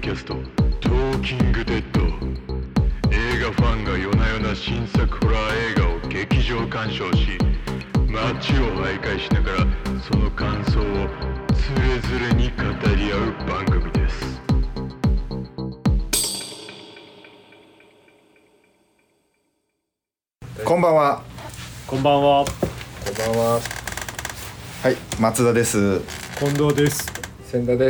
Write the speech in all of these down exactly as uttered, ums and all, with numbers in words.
キャストトーキングデッド。映画ファンが夜な夜な新作ホラー映画を劇場鑑賞し、街を徘徊しながらその感想をつれづれに語り合う番組です。 こんばんは。 こんばんは。 こんばんは。 はい、松田です。 近藤です。 千田です。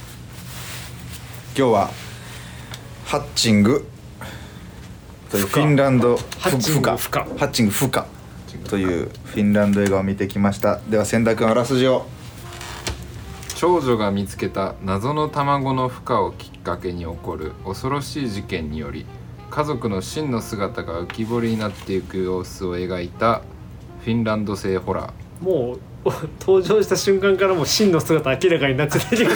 今日はハッチングというフィンランドハッチングフカハッチングフカというフィンランド映画を見てきました。では千田君、あらすじを。 長女が見つけた謎の卵の孵化をきっかけに起こる恐ろしい事件により、家族の真の姿が浮き彫りになっていく様子を描いたフィンランド製ホラー。 もう登場した瞬間からもう真の姿明らかになってたけど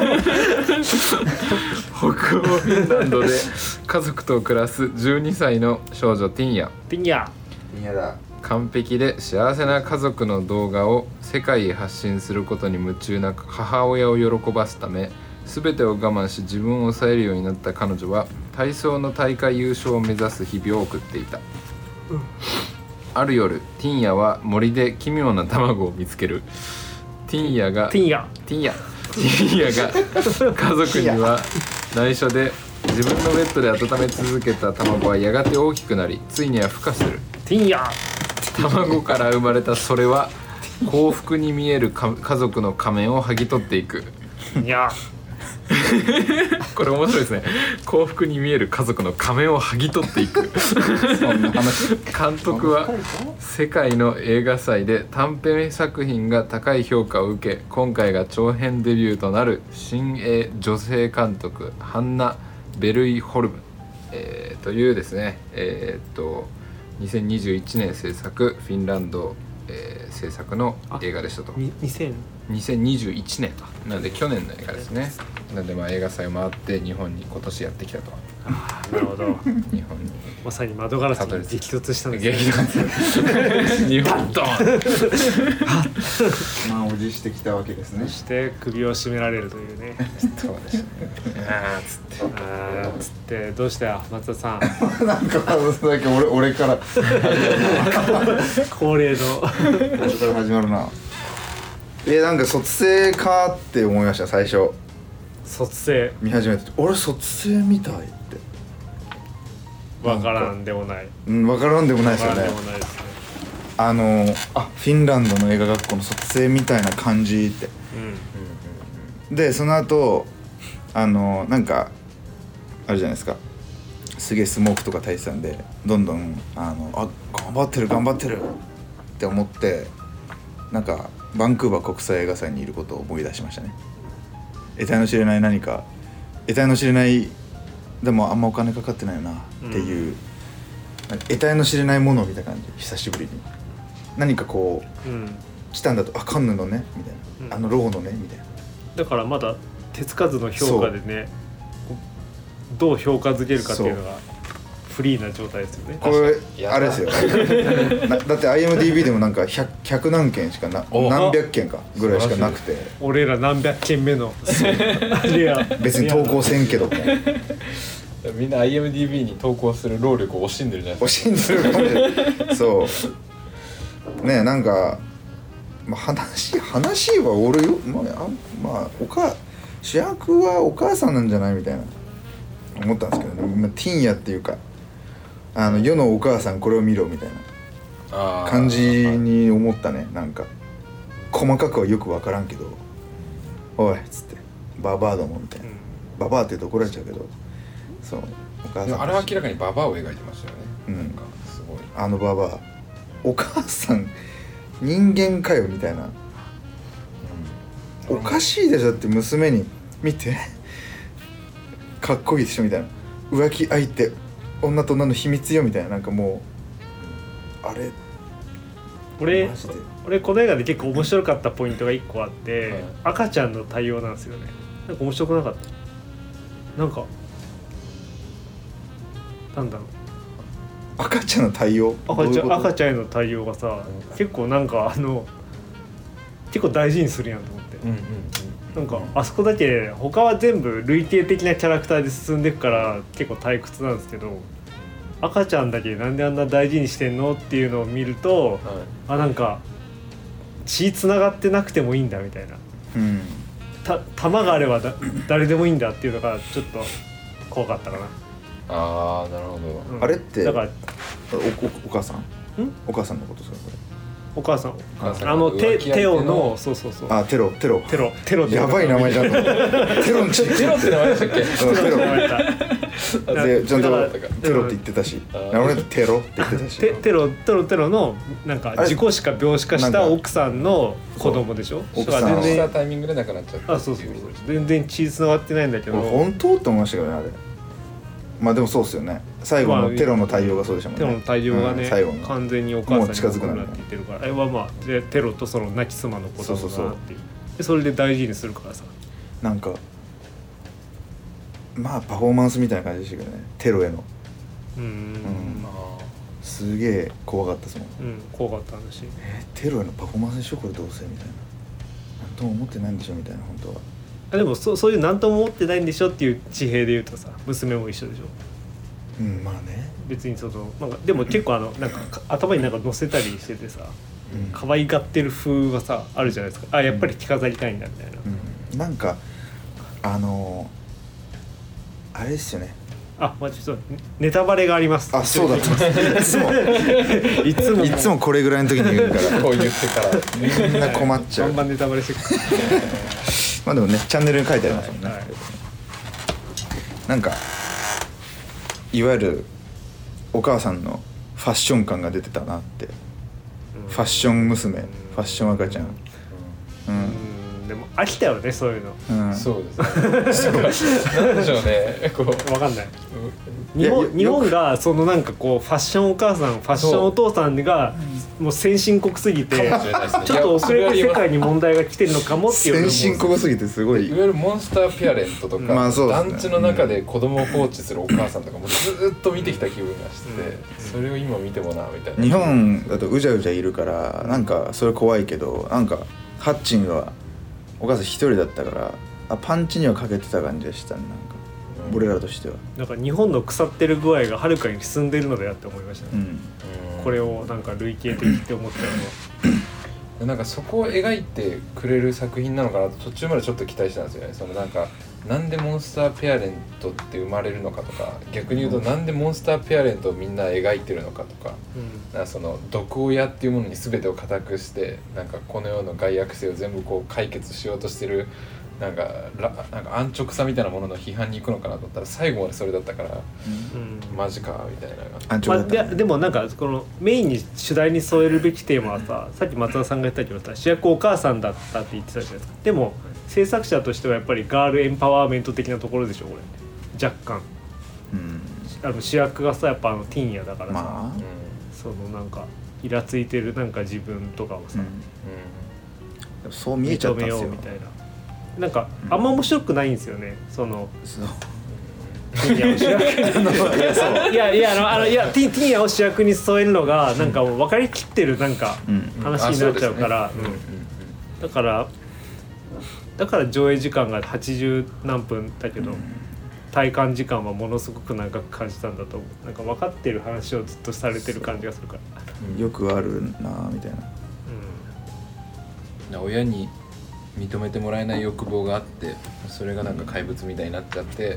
北欧フィンランドで家族と暮らすじゅうにさいの少女ティンヤ。 ティンヤ宮田。 完璧で幸せな家族の動画を世界へ発信することに夢中な母親を喜ばすため、全てを我慢し自分を抑えるようになった彼女は体操の大会優勝を目指す日々を送っていた、うん、ある夜ティンヤは森で奇妙な卵を見つける。ティンヤがティンヤティンヤティンヤが家族には内緒で自分のベッドで温め続けた卵はやがて大きくなり、ついには孵化する。 ティンヤ卵から生まれたそれは幸福に見えるか家族の仮面を剥ぎ取っていく。 いやこれ面白いですね。幸福に見える家族の仮面を剥ぎ取っていくそんな話。監督は世界の映画祭で短編作品が高い評価を受け、今回が長編デビューとなる新鋭女性監督ハンナ・ベルイホルム、えー、というですね、えー、っとにせんにじゅういちねん制作フィンランド、えー、制作の映画でしたと。 にせんにせんにじゅういちねんなので去年の映画ですね。なのでまあ映画祭を回って日本に今年やってきたと。 あなるほど。 日本にまさに窓ガラスに激突したんですね。 激突日本ドン満を持してきたわけですね。 そして首を絞められるというね。 そうですね。あーつってあーつってどうしたよ松田さん。 なんかだけ俺俺から始まるな。 恒例の俺から始まるな。えー、なんか卒生かって思いました最初。 卒生見始めて、俺卒生みたいって。 わからんでもない。 うん、わからんでもないですよね。 わからんでもないですね。 あのあフィンランドの映画学校の卒生みたいな感じって。うん、でその後あのなんかあるじゃないですか。すげえスモークとか焚いてたんで、どんどんあのあ頑張ってる頑張ってるって思って、なんかバンクーバー国際映画祭にいることを思い出しましたね。得体の知れない何か、得体の知れないでもあんまお金かかってないよなっていう、うん、得体の知れないものを見た感じ。久しぶりに何かこう、うん、来たんだと、あカンヌのねみたいな、うん、あのロゴのねみたいな。 だからまだ手つかずの評価でね、どう評価づけるかっていうのがフリーな状態ですよね。 これあれですよなだって アイエムディービー でもなんか ひゃく, ひゃく何件しかな何百件かぐらいしかなくて、 俺ら何百件目のいや別に投稿せんけどもみんな アイエムディービー に投稿する労力を惜しんでるじゃないですか。 惜しんでる感じそうねえ、なんか、まあ、話話はおるよ、まあ、まあ、おか主役はお母さんなんじゃないみたいな思ったんですけどね、まあ、ティンヤっていうかあの世のお母さんこれを見ろみたいな感じに思ったね。なんか細かくはよく分からんけど、おいっつってババアどもみたいな、うん、ババアって言うと怒られちゃうけど、そうお母さんあれは明らかにババアを描いてましたよね、 うん、 なんかすごいあのババアお母さん人間かよみたいな、うん、おかしいでしょって娘に見てかっこいいでしょみたいな、浮気相手女と女の秘密よみたいな、なんかもうあれ俺俺この映画で結構面白かったポイントがいっこあって、はい、赤ちゃんの対応なんですよね。なんか面白くなかった？なんかなんだろう、 赤ちゃんの対応赤ちゃん赤ちゃんへの対応がさ、結構なんかあの結構大事にするやんと思って、うんうんうん、 なんかあそこだけ他は全部類型的なキャラクターで進んでいくから結構退屈なんですけど、赤ちゃんだけなんであんな大事にしてんのっていうのを見ると、はい、あなんか血つながってなくてもいいんだみたいな、うん、た弾があればだ誰でもいいんだっていうのがちょっと怖かったかな。 あーなるほど、 うん、あれってだからお, お, お母さんお母さんのことですかこれ。 お母さん、あのテテオのそうそうそうあテロテロテロテロやばい名前じゃんテロのテロって名前でしたっけ？ テロでちゃんとテロって言ってたし、俺テロって言ってたし、 テテロテロテロのなんか事故死か病死かした奥さんの子供でしょ。 奥さんしたタイミングで亡くなっちゃった。 あそうそうそう全然血繋がってないんだけど。 本当って思いましたけどねあれ。まあでもそうっすよね。最後のテロの対応がそうでしたもんね。 テロの対応がね、うん、完全にお母さんに近づくなって言ってるから、あれはまあでテロとその亡き妻の子供だなっていう。でそれで大事にするからさ。 なんかまあパフォーマンスみたいな感じでしたけどね。テロへの。うん。うん、すげえ怖かったですもん。 うん、怖かった話。 えー、テロへのパフォーマンスでしょこれどうせみたいな。なんとも思ってないんでしょみたいな本当は。 でも そ, そういう何とも思ってないんでしょっていう地平で言うとさ娘も一緒でしょ。 うんまあね別にそのなんかでも結構あのなんか頭になんか乗せたりしててさ、うん、可愛がってる風がさあるじゃないですか。あやっぱり着飾りたいんだみたいな、 うん、なんかあのー、あれですよね。 あまあちょっとネタバレがあります。 あそうだったいつもいつもいつもこれぐらいの時に言うからこう言ってからみんな困っちゃう。 バンバンネタバレしてくるまあでもねチャンネルに書いてありますもんね、はいはい、なんかいわゆるお母さんのファッション感が出てたなって、うん、ファッション娘、うん、ファッション赤ちゃん、うん、 うん、でも飽きたよねそういうの、 うん、そうですねなんでしょうねこう分かんない、日本, 日本がそのなんかこうファッションお母さんファッションお父さんがもう先進国すぎてちょっと遅れて世界に問題が来てるのかもっていう。 先進国すぎてすごいいわゆるモンスターペアレントとか、まあそうですね、団地の中で子供を放置するお母さんとかもずっと見てきた気分がして、うん、それを今見てもなみたいな。 日本だとうじゃうじゃいるからなんかそれ怖いけど、なんかハッチンはお母さん一人だったからあパンチにはかけてた感じがしたね。なんか俺らとしてはなんか日本の腐ってる具合がはるかに進んでるのであって思いましたね、うん、これをなんか類型的って思ったのはなんかそこを描いてくれる作品なのかなと途中までちょっと期待したんですよね。そのなんかなんでモンスターペアレントって生まれるのかとか、逆に言うとなんでモンスターペアレントをみんな描いてるのかとか、うん、なんかその毒親っていうものに全てを固くしてなんかこの世の害悪性を全部こう解決しようとしてるなんかなんか安直さみたいなものの批判に行くのかなと思ったら最後までそれだったから、うん、マジかみたいな、 まあ、で, でもなんかこのメインに主題に添えるべきテーマはさ、さっき松田さんが言ったけどさ主役お母さんだったって言ってたじゃないですか。でも制作者としてはやっぱりガールエンパワーメント的なところでしょこれ若干、うん、あの主役がさやっぱあのティーンやだからさ、まあ、そのなんかイラついてるなんか自分とかをさ、 うんうん、そう見えちゃったんですよみたいな。なんかあんま面白くないんですよね、うん、そのティーンヤを主役にいやいやあのあのいやティーンヤを主役に添えるのがなんかもう分かりきってるなんか話になっちゃうから、だからだから上映時間がはちじゅうなんぷんだけど、うん、体感時間はものすごく長く感じたんだと思う。なんか分かってる話をずっとされてる感じがするから、 よくあるなみたいな、 うん、親に認めてもらえない欲望があってそれがなんか怪物みたいになっちゃって、うん、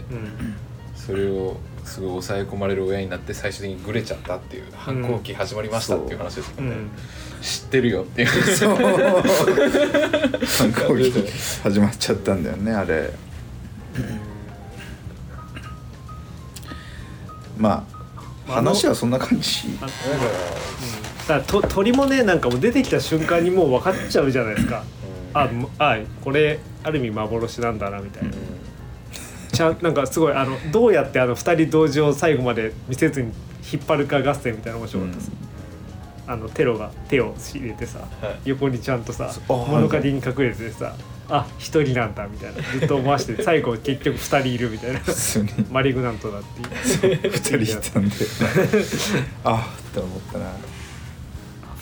それをすごい抑え込まれる親になって最終的にグレちゃったっていう反抗期始まりましたっていう話ですよね、うん、知ってるよっていうそう反抗期始まっちゃったんだよねあれまあ話はそんな感じだから、 うん、だからと鳥もねなんかもう出てきた瞬間にもう分かっちゃうじゃないですかああこれある意味幻なんだなみたいな、うん、ちゃんなんかすごいあのどうやってあのふたり同時を最後まで見せずに引っ張るか合戦みたいな面白かったです、うん、あのテロが手を入れてさ、はい、横にちゃんとさ物陰に隠れてさあ一人なんだみたいなずっと思わして最後結局ふたりいるみたいなマリグナントだっていうふたりいたんであって思ったな。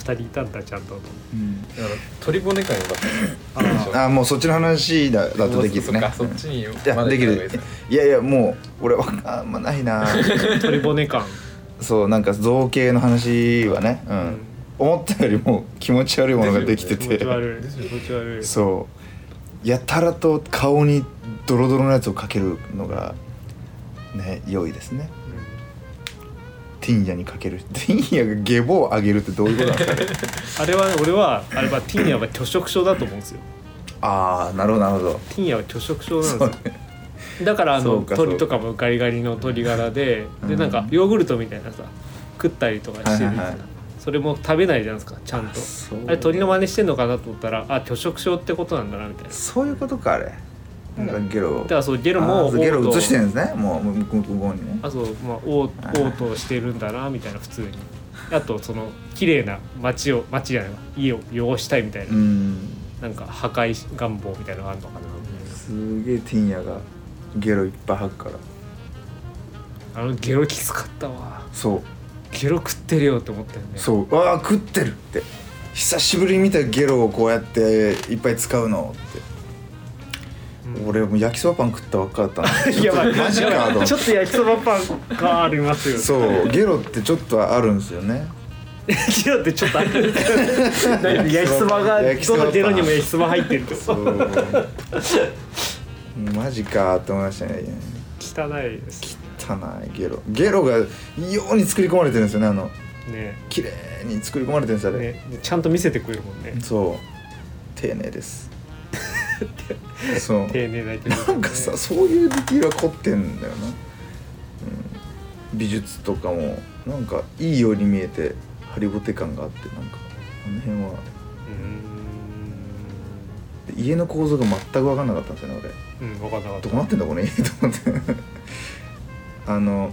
ふたりいたんだちゃんと、 うん、 だから鳥骨感よかったですよ。 ああもうそっちの話だだとできるね。 そっかそっちにいやできる。いやいやもう俺はあんまないな鳥骨感そうなんか造形の話はね、うんうん、思ったよりも気持ち悪いものができてて、 気持ち悪い気持ち悪いそうやたらと顔にドロドロのやつをかけるのがね良いですね、うん、ティンヤにかけるティンヤがゲボを上げるってどういうことなんですかねあれは俺はあれはティンヤは拒食症だと思うんですよ。 ああなるほどなるほど。 ティンヤは拒食症なんですよ、ね、だからあの鳥とかもガリガリの鳥柄で、うん、でなんかヨーグルトみたいなさ食ったりとかしてるんですよ、はいはいはい、それも食べないじゃないですかちゃんと。 あ, あれ鳥の真似してんのかなと思ったらあ拒食症ってことなんだなみたいな。 そういうことかあれ。だからゲロだからそうゲロもゲロ移してるんですねもう向こうにね。 あそうまあ嘔吐してるんだなみたいな普通に。あとその綺麗な街を街じゃないわ家を汚したいみたいな、うん、なんか破壊願望みたいなのがあるのかな。 すげえティンヤがゲロいっぱい吐くから。 あのゲロきつかったわ。 そうゲロ食ってるよって思ったよね。 そうああ食ってるって久しぶりに見たゲロをこうやっていっぱい使うのって、うん、俺も焼きそばパン食ったばっかだったのいやマジかとちょっと焼きそばパンがありますよね。 そうゲロってちょっとあるんですよねゲロってちょっとあるんですよ焼きそばがどのゲロにも焼きそば入ってるとそうマジかと思いましたね。 汚いです。 汚いゲロゲロが異様に作り込まれてるんですよね。あのね綺麗に作り込まれてるんですよね。 ちゃんと見せてくれるもんね。 そう丁寧ですそう丁寧な、ね、 なんかさそういうディティールは凝ってんだよな、うん、美術とかもなんかいいように見えてハリボテ感があってなんかあの辺はうーん家の構造が全く分かんなかったんですよね俺。うん分かんなかった。 どうなってんだこれと思ってあの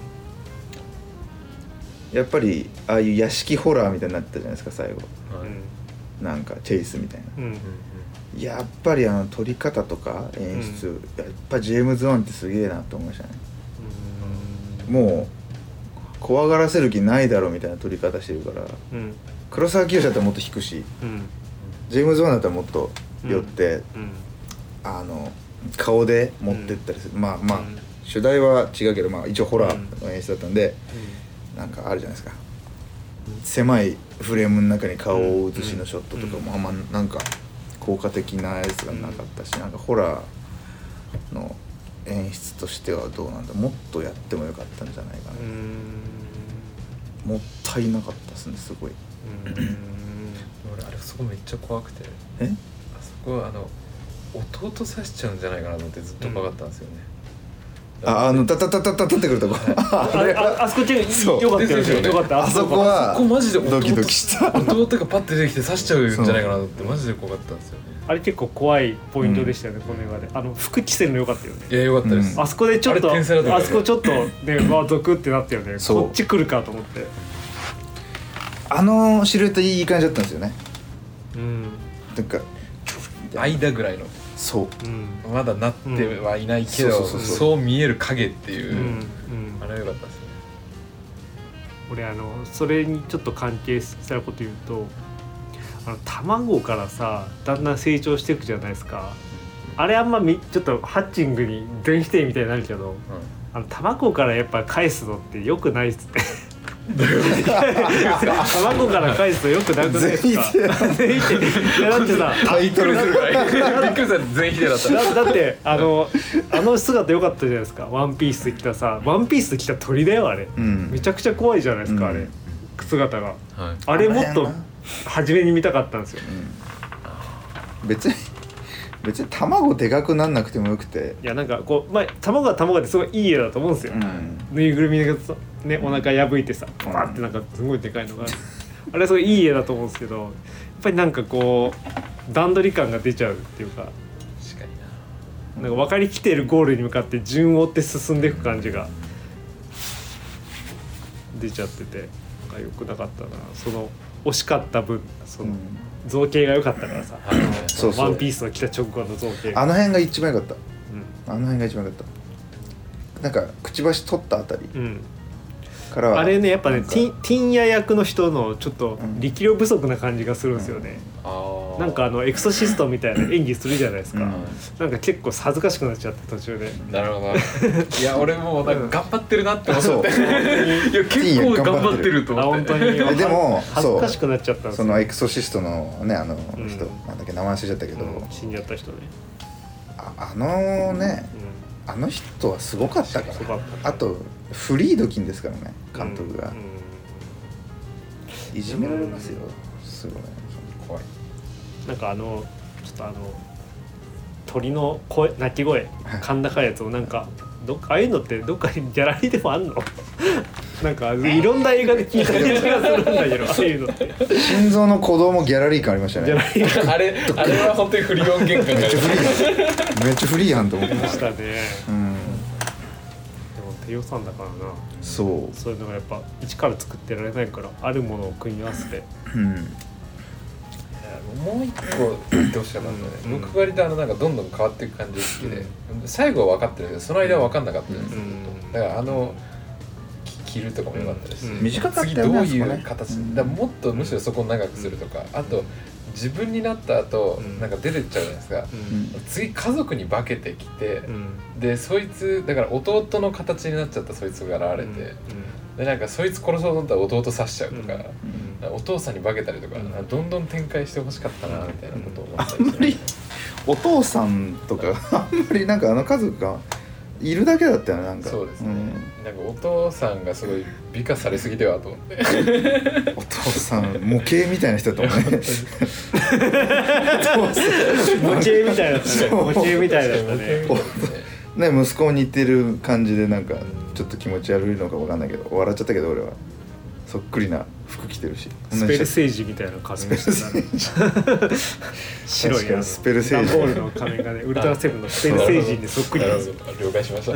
やっぱりああいう屋敷ホラーみたいになってたじゃないですか最後、うん、なんかチェイスみたいな、うんうん、やっぱりあの撮り方とか演出、うん、やっぱジェームズ・ワンってすげえなと思いましたね、うん、もう怖がらせる気ないだろうみたいな撮り方してるから、うん、黒沢清だったらもっと引くし、うん、ジェームズ・ワンだったらもっと寄って、うんうん、あの顔で持ってったりする、うん、まあまあ、うん、主題は違うけど、まあ、一応ホラーの演出だったんで、うん、なんかあるじゃないですか、うん、狭いフレームの中に顔を映しのショットとかも、うん、あんまなんか効果的なやつがなかったし、なんかホラーの演出としてはどうなんだ、もっとやってもよかったんじゃないかな、うん、もったいなかったですねすごい、うん、 俺あれそこめっちゃ怖くて、 えあそこあの弟刺しちゃうんじゃないかなと思ってずっと怖かったんですよね、 うん、ああのタタタタタタってくるとこあ, あ, あそこちょよかったよね。よかった。 あそこはあそこマジでドキドキした弟がパッて出てきて刺しちゃうんじゃないかなと思ってマジで怖かったんですよね。 あれ結構怖いポイントでしたよね、うん、この映画で。あの服着せるのよかったよね。 いやよかったです、 うん、あそこでちょっと あ, あ, あそこちょっとねわゾクってなったよね。こっち来るかと思って。 あのシルエットいい感じだったんですよね。うんなんか間ぐらいのそう、 うん、まだなってはいないけど、うん、そう, そう, そう, そう, そう見える影っていう、うんうん、あれは良かったですね。 俺あのそれにちょっと関係したこと言うと、あの卵からさだんだん成長していくじゃないですか。あれあんまみちょっとハッチングに全否定みたいになるけど、うん、あの卵からやっぱ返すのって良くないっすって卵から返すとよくなくないですか。全否定。いやだってさタイトルするからびっくりした全否定だっただ, だってあのあの姿良かったじゃないですか。ワンピース着たさワンピース着た鳥だよあれ、うん、めちゃくちゃ怖いじゃないですか、うん、あれ姿が、はい、あれもっと初めに見たかったんですよ、 うん、別に別に卵でかくなんなくてもよくて、 いやなんかこう、まあ、卵が卵ですごいいい絵だと思うんですよ、うん、ぬいぐるみがねお腹破いてさバーってなんかすごいでかいのがある、うん、あれはすごいいい絵だと思うんですけど、やっぱりなんかこう段取り感が出ちゃうっていうか、 確かにな、なんか分かりきてるゴールに向かって順を追って進んでいく感じが出ちゃってて、なんか良くなかったな。その惜しかった分その、うん造形が良かったからさ、あのそうそうワンピースの着た直後の造形あの辺が一番良かった、うん、あの辺が一番良かった。なんかくちばし取ったあたり、うん、 からはあれねやっぱねなんかティンティンヤ役の人のちょっと力量不足な感じがするんですよね、 あーなんかあのエクソシストみたいな演技するじゃないですか、 うんなんか結構恥ずかしくなっちゃって途中でなるほどいや俺もうなんか頑張ってるなって思そうっていや結構頑張ってるとあ思って本当にえでも恥ずかしくなっちゃったんですよそのエクソシストのねあの人、 うんなんだっけ名前忘れちゃったけど、 うん死んじゃった人ね、 あ, あのねうあの人はすごかったかすごからったあとフリードキンですからね監督が、 うんうんいじめられますよすごい怖いなんかあのちょっとあの鳥の声鳴き声甲高いやつをなんかどっかああいうのってどっかにギャラリーでもあんのなんかいろんな映画で聞いた気がするんだけどああいうのって心臓の鼓動もギャラリー感ありましたギャねラリーがあれあれは本当にフリー音源感があるめっちゃフリーやんと思ってありましたね、 うんでも低予算だからなそうそういうのがやっぱ一から作ってられないからあるものを組み合わせてうんもう一個言ってほしかったんだね、 うん僕割とあのなんかどんどん変わっていく感じが好きで、最後は分かってるけどその間は分かんなかったです、 うんだからあのき着るとかも良かったですし、 うん短かった次どうよねあそこねいう形、だからもっとむしろそこを長くするとか、あと自分になった後、 うんなんか出てっちゃうじゃないですか、 うん次家族に化けてきて、 うんでそいつだから弟の形になっちゃったそいつが現れて、でなんかそいつ殺そうと思ったら弟刺しちゃうとか、お父さんに化けたりとか、 うんどんどん展開してほしかったなみたいなことを思ったあんまりお父さんとかあんまりなんかあの家族がいるだけだったよねなんかそうですね、 んなんかお父さんがすごい美化されすぎではと思ってお父さん模型みたいな人だったもんね模型みたいだったね模型みたいだったねね息子に似てる感じでなんかちょっと気持ち悪いのかわかんないけど笑っちゃったけど俺はそっくりな服着てるしスペルセージみたいな仮面してたね白い確かにスペルセージダンボールの仮面がねウルトラセブンのスペルセージにそっくりですなるほど了解しま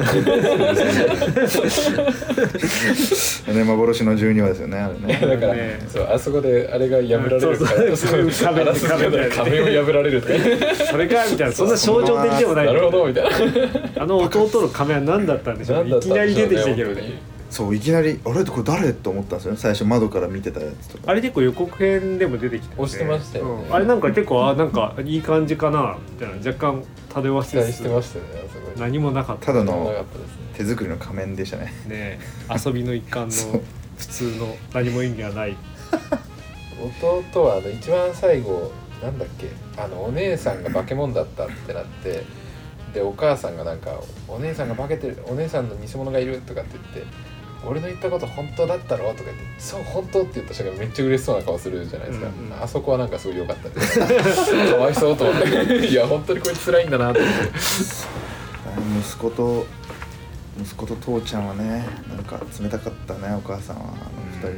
したね幻のじゅうにわですよねあれねだから、 ねそうあそこであれが破られるからそうそうそう仮面あらすじで仮面を破られるってそれかみたいなそんな象徴的でもないなるほどみたいなあの弟の仮面は何だったんでしょうねいきなり出てきたけどねそういきなりあれこれ誰と思ったんですよね最初窓から見てたやつとかあれ結構予告編でも出てきてて押してましたよねうんあれなんか結構あなんかいい感じかなみたいな若干漂わせ期待してましたよねあそこに何もなかったただなかのったですね手作りの仮面でしたねね遊びの一環のそう普通の何も意味がない弟はあの一番最後なんだっけあのお姉さんが化け物だったってなってでお母さんがなんかお姉さんが化けてるお姉さんの偽物がいるとかって言って俺の言ったこと本当だったろとか言ってそう本当って言った人がめっちゃ嬉しそうな顔するじゃないですか、 うんうんあそこはなんかすごい良かったですかわいそうと思っていや本当にこいつ辛いんだなと思って息子と息子と父ちゃんはねなんか冷たかったねお母さんはあの二人に、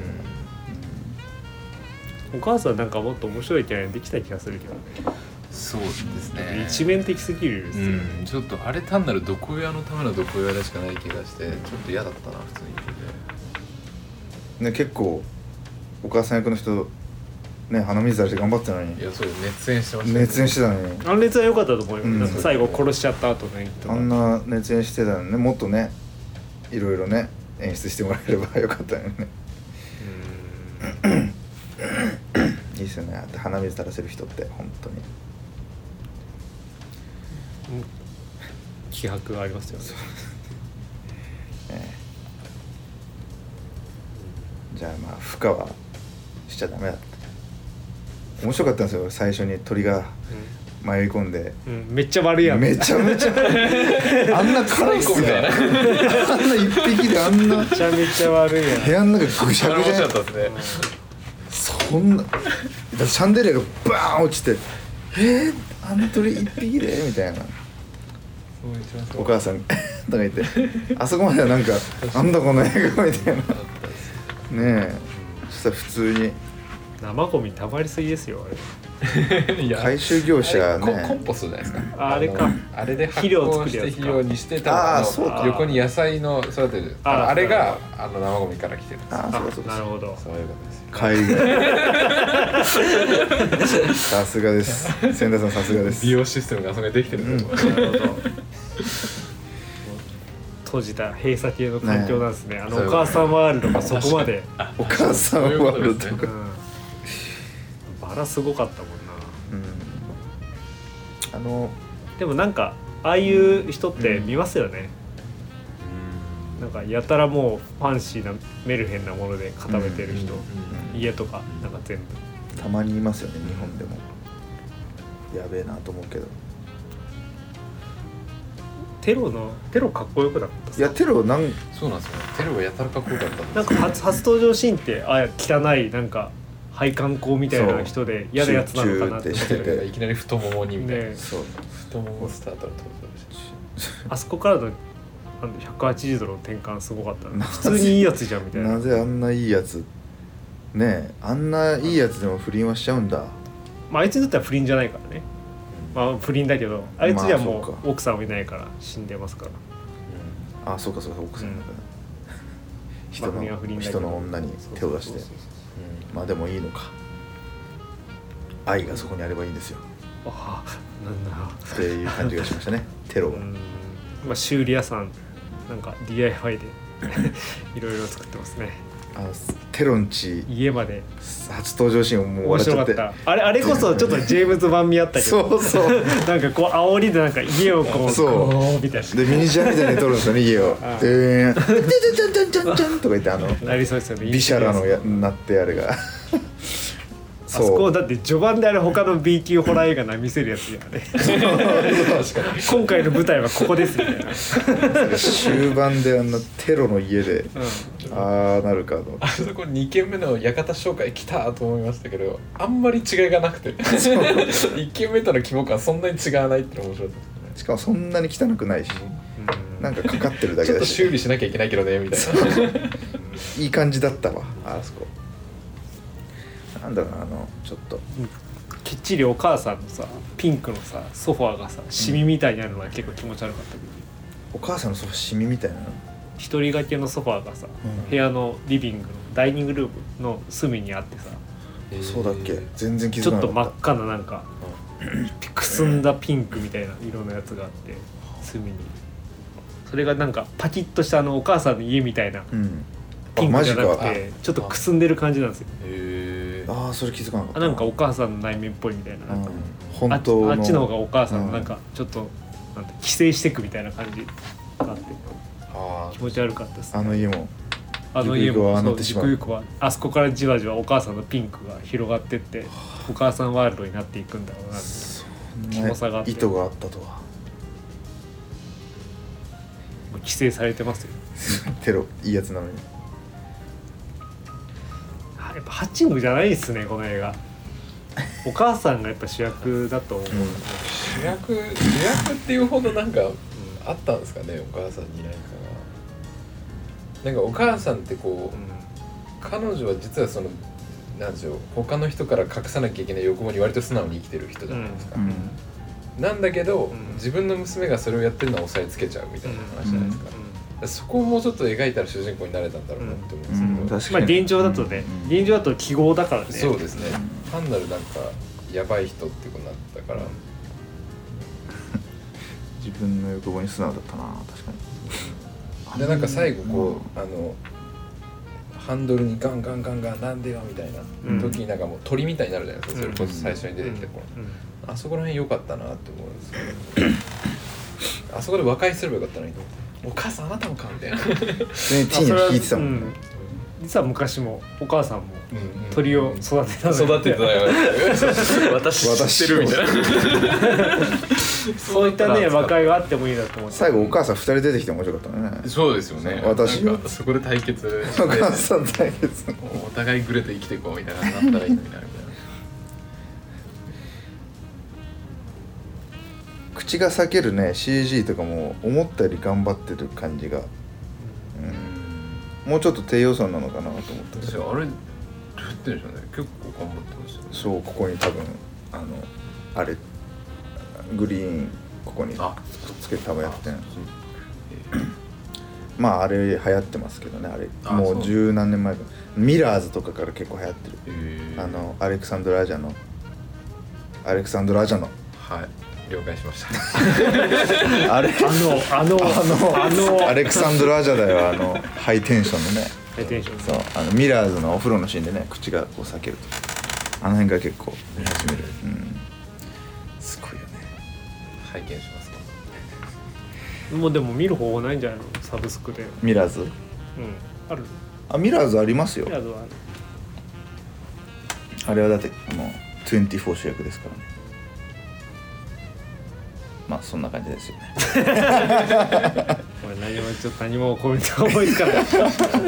お母さんなんかもっと面白いキャラにできた気がするけどねそうです一面的すぎるですよね、 うん、ちょっとあれ単なる毒親のための毒親でしかない気がしてちょっと嫌だったな普通に見ててね結構お母さん役の人ね鼻水出して頑張ってたのにいやそう熱演してましたね熱演してたのにあの熱は良かったと思うよ、 うんなんか最後殺しちゃった後の演技とかあんな熱演してたのにねもっとねいろいろね演出してもらえればよかったよねいいですよね鼻水垂らせる人って本当に気迫がありますよねええじゃあまあ負荷はしちゃダメだった面白かったんですよ最初に鳥が迷い込んで、 うんうん、めっちゃ悪いやんめちゃめちゃあんなカラスがあんな一匹であんなめちゃめちゃ悪いやん部屋の中ぐしゃぐしゃ面白かったですねそんなだってシャンデリアがバーン落ちてえー、あの鳥一匹でみたいなお母さんとか言ってあそこまではなんかなんだこの映画みたいなねえそしたら普通に生ゴミ溜まりすぎですよあれいや回収業者あれコねコンポストじゃないですかあれかのあれで発肥料酵作るやつかして肥料にしてあたのーそうか横に野菜の育てるああのあれがなるあの生ゴミから来てるんですよああそうかそうかなるほどそういうことですよ海外さすがです千田さんさすがです美容システムがそこにできてると思う、 なるほど閉じた閉鎖系の環境なんですね。あのおそう母さんワールドがそこまで、 お母さんワールドそういうことですねうん、バラすごかったもんな。 うん、あのでもなんかああいう人って見ますよね、うん、なんかやたらもうファンシーなメルヘンなもので固めてる人、うん、家とかなんか全部たまにいますよね、日本でも。やべえなと思うけど。 テロのテロかっこよくなかったっす。 いやテロなんそうなんですよね。テロがやたらかっこよかったんですなんか初初登場シーンってあ汚いなんか配管工みたいな人で嫌なやつなのかなって思って集中ってるいきなり太ももにみたいな、 ね、 そう太ももスタートの登場でしあそこからのあのひゃくはちじゅうどの転換すごかったな。普通にいいやつじゃんみたいな。 なぜあんないいやつねえ、あんないいやつでも不倫はしちゃうんだ。 まあ、あいつにとっては不倫じゃないからね。まあ不倫だけどあいつにはもまあそうかう奥さんもいないから死んでますから。 あ、そうかそうか、奥さんだから、 うん、 人の、 まあ不倫は不倫だけど人の女に手を出して、 そうそうそうそうまあでもいいのか、愛がそこにあればいいんですよああなんだっていう感じがしましたねテロが。 うん、まあ、修理屋さんなんか ディーアイワイ でいろいろ作ってますね。 あのテロンチ家まで初登場シーンをもう面笑っちゃって、 白かった。あれあれこそちょっとジェームズ版味あったけどそうそうなんかこう煽りでなんか家をこうそうこうみたいなでミニチュアみたいに撮るんですよね家をああでーん「ちゃんちゃんちゃんちゃんちゃん」とか言ってあのなりそうですよね。 ビシャラのやなってあれがあそこだって序盤であれ他の B 級ホラー映画な見せるやつじゃんね今回の舞台はここですみたいな終盤であんなテロの家で、 うああなるかと思ってあそこにけんめの館紹介来たと思いましたけど、あんまり違いがなくていっけんめとの規模感そんなに違わないっての面白かったですね。 しかもそんなに汚くないし、 んなんかかかってるだちょっとけだし修理しなきゃいけないけどねみたいないい感じだったわあそこ。なんだろうな、あのちょっときっちりお母さんのさピンクのさソファーがさシミみたいになるのが結構気持ち悪かったけど、 お母さんのソファシミみたいなの、 一人掛けのソファーがさ、 うん部屋のリビングのダイニングルームの隅にあってさ、 そうだっけ、全然気ちょっとづかなかった。 真っ赤ななんかくすんだピンクみたいな色のやつがあって隅にそれがなんかパキッとしたあのお母さんの家みたいなうんピンクじゃなくあマジてちょっとくすんでる感じなんですよ。 へああそれ気づかなかったあなんかお母さんの内面っぽいみたいな、なんかうん本当のあっちあっちの方がお母さんうんのなんかちょっとなんて寄生してくみたいな感じがあってあ気持ち悪かったです、 あの家もあの家ゆくゆくはああもそうなってしまうゆくゆくはあそこからじわじわお母さんのピンクが広がってってお母さんワールドになっていくんだろうなってそキんなモさがあって意図があったとはもう寄生されてますよ。 テロいいやつなのに。 あやっぱハッチングじゃないですねこの映画。お母さんがやっぱ主役だと思う、 うん主役主役っていうほどなんかあったんですかね、お母さんに何かが。なんかお母さんってこう、 うん彼女は実はそのなんでしょう、他の人から隠さなきゃいけない欲望に割と素直に生きてる人じゃないですか、 うんなんだけど、 うん自分の娘がそれをやってるのは抑えつけちゃうみたいな話じゃないですか、 うそこをもうちょっと描いたら主人公になれたんだろうなって思うんですけど、 うん確んまあ現状だとね、 うん現状だと記号だからね。 そうですね、単なるなんかやばい人ってことになったから、 自分の欲望に素直だったな確かに。 でなんか最後こう、あのハンドルにガンガンガンガンなんでよみたいな時になんかもう鳥みたいになるじゃないですか、それこそ最初に出てきた頃、 うんうんあそこら辺良かったなって思うんですけどあそこで和解すればよかったのにと思って、お母さんあなたもかみたいな普通にティーに聞いてたもんね。 うん実は昔もお母さんもうん鳥を育てたの育ててたよ私知ってるみたいなそういったね和解があってもいいなと思って。 最後お母さん二人出てきて面白かったね。 そうですよね、 私なんかそこで対決してお母さん対決。 お互いグレて生きていこうみたいなのになったらいいのになみたいな。 口が裂けるね シージー とかも思ったより頑張ってる感じが、うん、もうちょっと低予算なのかなと思ったけど、 私あれどうやってるんでしょうね、結構頑張ってましたよね。 そうここに多分あのあれグリーンここにあつけて多分やってん。まああれ流行ってますけどね、あれあもう十何年前かミラーズとかから結構流行ってる。 へーあのアレクサンドラ・アジャのアレクサンドラ・アジャのはい了解しましたあれあのあのあのあのアレクサンドル・アジャだよ、あのハイテンションのね、 ハイテンションそうあのミラーズのお風呂のシーンでね口がこう裂けるとあの辺が結構見始める、うん、すごいよね。 拝見しますか。 もうでも見る方法ないんじゃないのサブスクで。 ミラーズうんある。 あミラーズありますよ。 ミラーズはある。 あれはだってもうにじゅうよん主役ですからね。まあそんな感じですよね。 俺何もちょっと何もコメントが思いつかない、うん、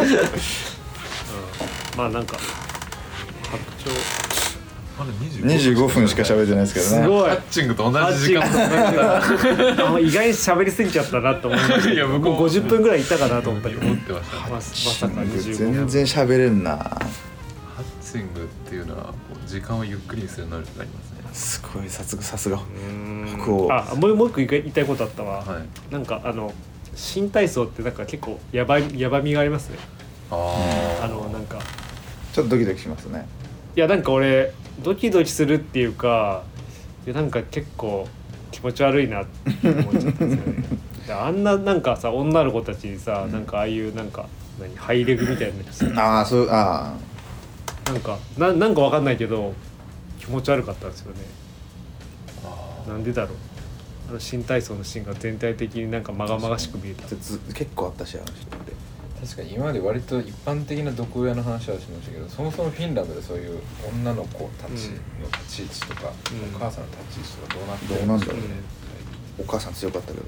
まあなんか白鳥まだにじゅうごふんしか喋ってないですけどね。 すごいハッチングと同じ時間だあ意外に喋りすぎちゃったなと思いました。 いや僕もごじゅっぷんぐらいいったかなと思ったけど思ってました、 ままさかにじゅうごふん全然喋れんな。 ハッチングっていうのはこう時間をゆっくりにする能力がありますね。 すごいさすがさすがうーん北欧。 あもうもう一個言いたいことあったわ、 はい、 なんかあの新体操ってなんか結構やばいやばみがありますね。 ああのなんかちょっとドキドキしますね。 いやなんか俺ドキドキするっていうかいやなんか結構気持ち悪いなって思っちゃったんですよね。であんななんかさ女の子たちにさ、うん、なんかああいうなんか何ハイレグみたいなああそうああなんかななんかわかんないけど気持ち悪かったんですよね。なんでだろう。あの新体操のシーンが全体的になんかまがまがしく見えた。 結構あったしあの人って確かに今まで割と一般的な毒親の話はしましたけど、そもそもフィンランドでそういう女の子たちの立ち位置とか、うん、お母さんの立ち位置とかどうなってるんですかね。お母さん強かったけ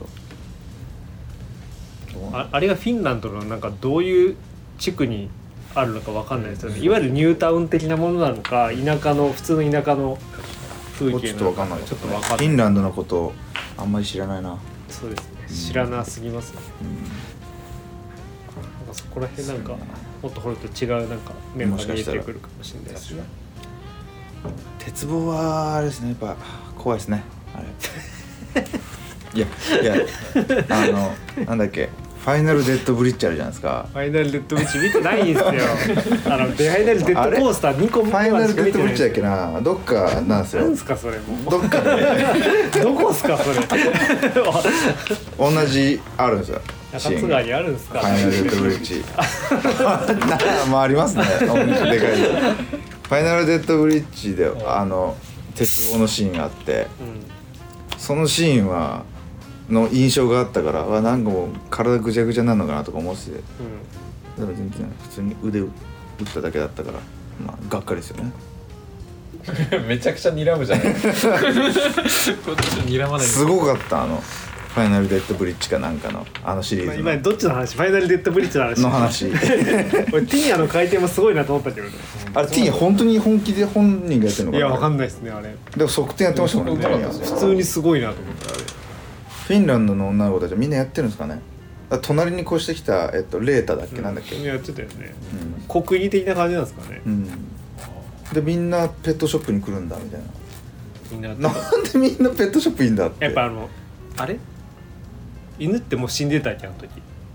どあ, あれがフィンランドのなんかどういう地区にあるのかわかんないですよね。いわゆるニュータウン的なものなのか田舎の普通の田舎の風景なのかちょっとわかんない。 フィンランドのことあんまり知らないな。 そうですね、知らなすぎますね、うん、なんかそこら辺なんかもっと掘ると違うなんか面が見えてくるかもしれないですね。 鉄棒はあれですね、やっぱ怖いですねあれいやいやあのなんだっけファイナルデッドブリッジあるじゃないですか。 ファイナルデッドブリッジ見てないんですよあのファイナルデッドコースターにこファイナルデッドブリッジだっけな、どっかなんですよ。 なんすかそれもうどっかでどこっすかそれ同じあるんですよ。 中津川にあるんですかファイナルデッドブリッジまあありますねでかいファイナルデッドブリッジであの鉄棒のシーンがあって、うん、そのシーンはの印象があったからわなんかもう体ぐちゃぐちゃになるのかなとか思ってて、うん、でも全然普通に腕を打っただけだったからまあがっかりですよねめちゃくちゃ睨むじゃないこっち睨まない。 すごかったあのファイナルデッドブリッジかなんかのあのシリーズの今どっちの話？ファイナルデッドブリッジの話の話俺ティニアの回転もすごいなと思ったけどね。 あれティニア本当に本気で本人がやってるのかな。 いやわかんないですねあれ。 でも側転やってましたもんね。 普通にすごいなと思ったあれ。 フィンランドの女の子たちはみんなやってるんですかね。隣に越してきた、えっと、レータだっけ、うん、なんだっけやってたよね、うん、国技的な感じなんですかね、 うん、でみんなペットショップに来るんだみたいな。 みんななんでみんなペットショップいいんだって。 やっぱあのあれ犬ってもう死んでたっけあの時。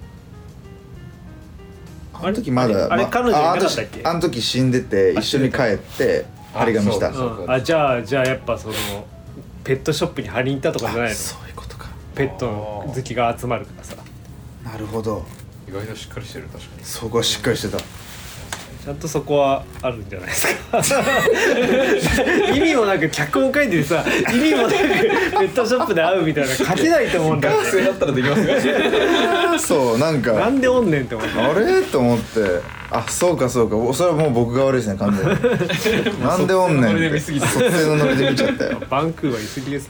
あの時まだあれ、ま、彼女いなかったっけ。 あの時死んでて一緒に帰って張り紙した。 うん、あじゃあじゃあやっぱそのペットショップに張りに行ったとかじゃないの。 そういうことか。 ペット好きが集まるからさ。 なるほど。 意外としっかりしてる。確かにそこはしっかりしてた。 ちゃんとそこはあるんじゃないですか意味もなく脚本書いてさ意味もなくペットショップで会うみたいな書けないと思うんだよ、ね、 学生だったらできますかそうなんかなんでおんねんって思ってあれと思ってあそうかそうかそれはもう僕が悪いですね完全になんでおんねんって卒生のノリで見ちゃったよバンクーバーいすぎです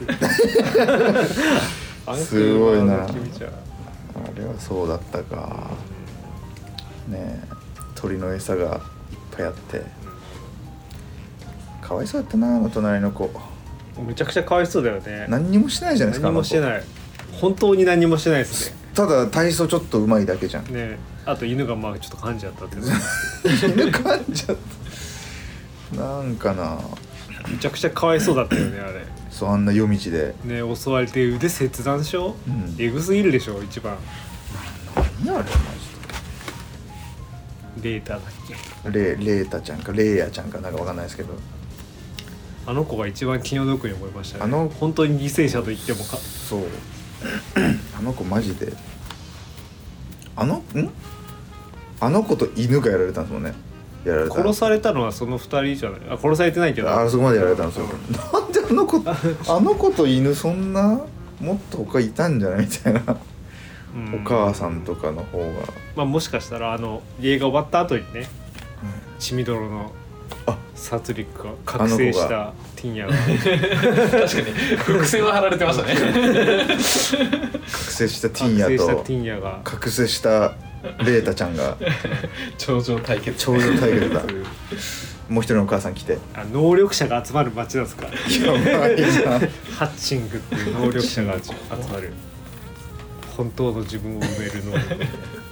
すごいなあれはそうだったかねえ鳥の餌がいっぱいあってかわいそうだったなあの隣の子。 めちゃくちゃかわいそうだよね。 何にもしてないじゃないですか。 何もしてない。本当に何もしてないですね。 ただ体操ちょっと上手いだけじゃんね。あと犬がまあちょっと噛んじゃったって犬噛んじゃったなんかなめちゃくちゃかわいそうだったよねあれ。 そうあんな夜道でね襲われて腕切断でしょ、うん、エグすぎるでしょ一番。 何あれマジレータだっけ。 レレータちゃんかレイヤちゃんかなんかわかんないですけどあの子が一番気の毒に思いましたね。 あの本当に犠牲者と言ってもか。 そうあの子マジであのんあの子と犬がやられたんですもんね。やられた殺されたのはそのふたりじゃない。あ殺されてないけどあそこまでやられたんですよ。なんであの子あの子と犬そんなもっと他いたんじゃないみたいな、うん、お母さんとかの方が、 まあ、もしかしたらあの映画終わった後にね、うん、血みどろの殺戮が覚醒したティンヤが確かに伏線は張られてましたね覚醒したティンヤと覚醒したティンヤが覚醒したレータちゃんが頂上対決頂上対決だもう一人のお母さん来てあ能力者が集まる街なんですか。 やばいなハッチングっていう能力者が集まる本当の自分を埋める能力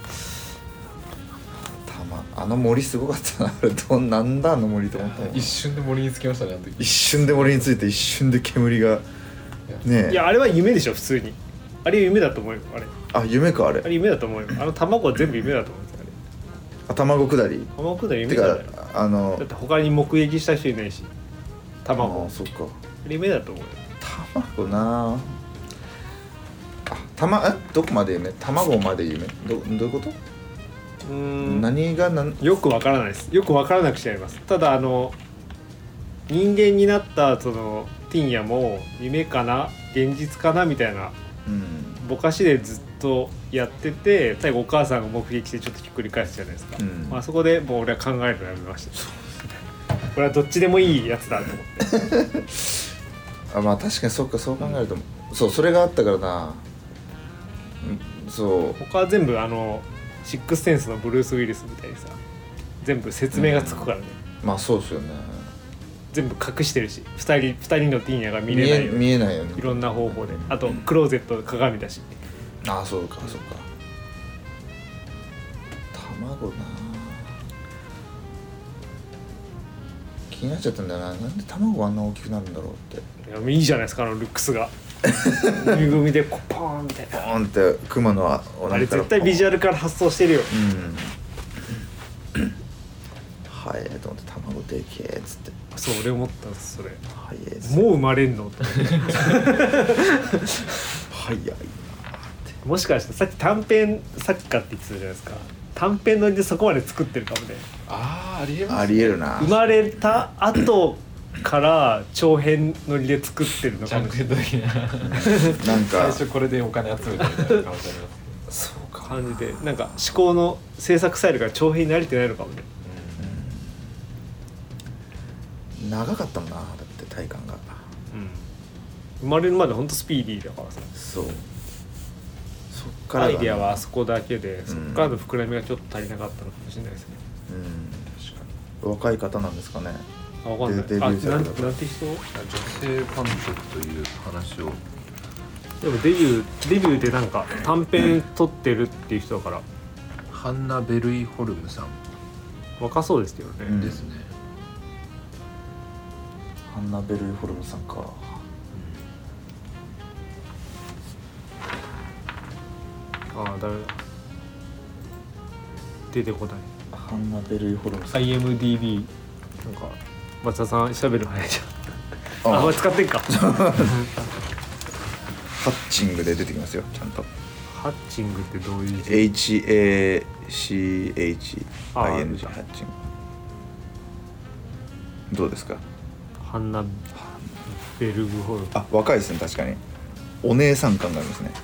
あの森すごかったな。あれどなんだあの森と思った。 一瞬で森につきましたね。あの時一瞬で森について一瞬で煙がねえ。 いやあれは夢でしょ普通に。あれ夢だと思うよあれ。 あ夢かあれ。 あれ夢だと思うよ。あの卵は全部夢だと思うんですよね。 あ卵下り。 卵下り夢だよ。 あのだって他に目撃した人いないし。卵。 あそっか。 あれ夢だと思うよ。 卵なあ。たまえどこまで夢？卵まで夢？どどういうこと？うーん何がなんよくわからないです。よくわからなくしちゃいます。ただあの人間になったそのティンヤも夢かな現実かなみたいな、うん、ぼかしでずっとやってて最後お母さんが目撃してちょっとひっくり返すじゃないですか、うんまあ、そこでもう俺は考えるのやめました。これはどっちでもいいやつだと思ってあまあ確かにそうかそう考えると、うん、そうそれがあったからな、うん、そう他は全部あのシックスセンスのブルース・ウィリスみたいにさ全部説明がつくからね、 うん、まあそうですよね。 全部隠してるしふたりふたりのティーンヤが見れないよ見え、見えないよね。 いろんな方法であとクローゼット鏡だし、 うん、ああそうかそうか卵な気になっちゃったんだよな。なんで卵があんな大きくなるんだろうって。 いやいいじゃないですかあのルックスがぬいぐるみでこうポーンみたいなポーンってクマのあれ絶対ビジュアルから発想してるよ。 うんはいと思って卵でけえっつってそう俺思ったんですそれ。 はいもう生まれんのって早いなって。 もしかしてさっき短編作家って言ってたじゃないですか。短編のりでそこまで作ってるかもね。 ああありえます、ね、 ありえるな。 生まれた後から長編のりで作ってるのかもしれない。 なんか最初これでお金集めてるみたいな感じあります。 そうか感じでなんか思考の制作スタイルが長編に慣れてないのかもね。 うん、長かったもんなだって体感が、うん、 生まれるまでほんとスピーディーだからさ。 そうそっからアイデアはあそこだけで、うん、そっからの膨らみがちょっと足りなかったのかもしれないですね。 うん確かに若い方なんですかね。 あ分かんない。あなんなんて人？ 女性監督という話を。 でもデビューデビューでなんか短編撮ってるっていう人だから。 ハンナ・ベルイホルムさん。 若そうですけどね。 うん、 ですね。 ハンナ・ベルイホルムさんか。 ああダメだ出てこない。 ハンナ・ベルイホルムさんアイエムディービー なんか松田さん調べる早いじゃん。ああ使ってんかハッチングで出てきますよちゃんと。 ハッチングってどういう字？ エイチエーシーエイチアイエヌジー ハッチングどうですか。 ハンナ・ベルグホルム。 あ若いですね確かにお姉さん感がありますね。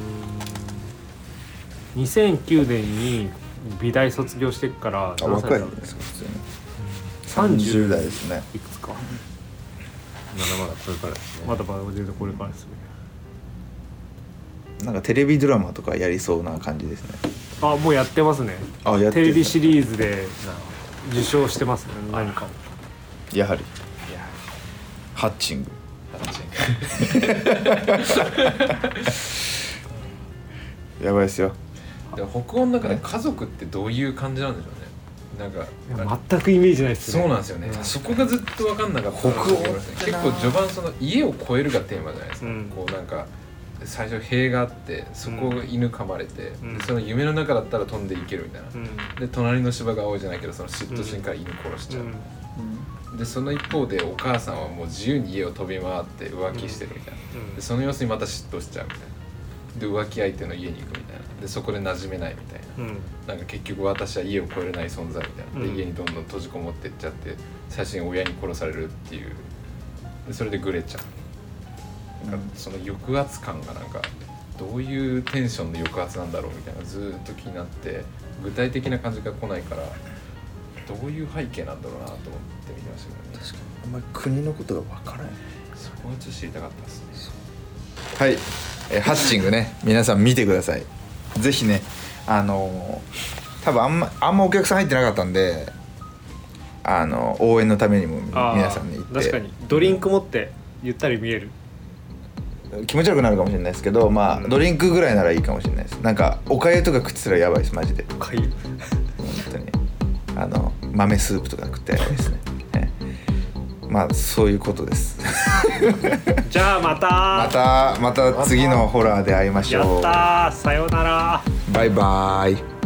うーんにせんきゅうねんに美大卒業してからあ若いんですか普通に、うん、さんじゅう代ですね。 いくつかまだまだこれからですね。 まだまだ全然これからですね。 なんかテレビドラマとかやりそうな感じですね。 あもうやってますね。 あやってテレビシリーズで受賞してますね何か。 やはりハッチングやばいですよ。 で北欧の中で家族ってどういう感じなんでしょうね。なんか全くイメージないですね。そうなんですよね、うん、そこがずっと分かんなかった。北欧結構序盤その家を超えるがテーマじゃないですか、うん、こうなんか最初塀があってそこを犬噛まれて、うん、でその夢の中だったら飛んでいけるみたいな、うん、で隣の芝が青いじゃないけどその嫉妬心から犬殺しちゃう、うん、 でその一方でお母さんはもう自由に家を飛び回って浮気してるみたいな、 うんでその様子にまた嫉妬しちゃうみたいなで浮気相手の家に行くみたいなでそこで馴染めないみたいな、 うんなんか結局私は家を越えれない存在みたいなで、 うん家にどんどん閉じこもってっちゃって最終的に親に殺されるっていうでそれでグレちゃう、なんかその抑圧感がなんかどういうテンションの抑圧なんだろうみたいなずーっと気になって具体的な感じが来ないからどういう背景なんだろうなと思って見てましたけどね。 確かにあんまり国のことがわからない。 そこはちょっと知りたかったですね。 はい、えーハッチングね皆さん見てください。ぜひねあのー、多分あんまあんまお客さん入ってなかったんであのー、応援のためにも皆さんに行って確かにドリンク持ってゆったり見える。 気持ち悪くなるかもしれないですけどまあ、うん、ドリンクぐらいならいいかもしれないです。なんかおかゆとか食ってたらやばいですマジで。 おかゆ本当にあの豆スープとか食ってやばいですねまあそういうことですじゃあまたまたまた次のホラーで会いましょう。 やったーさようならバイバイ。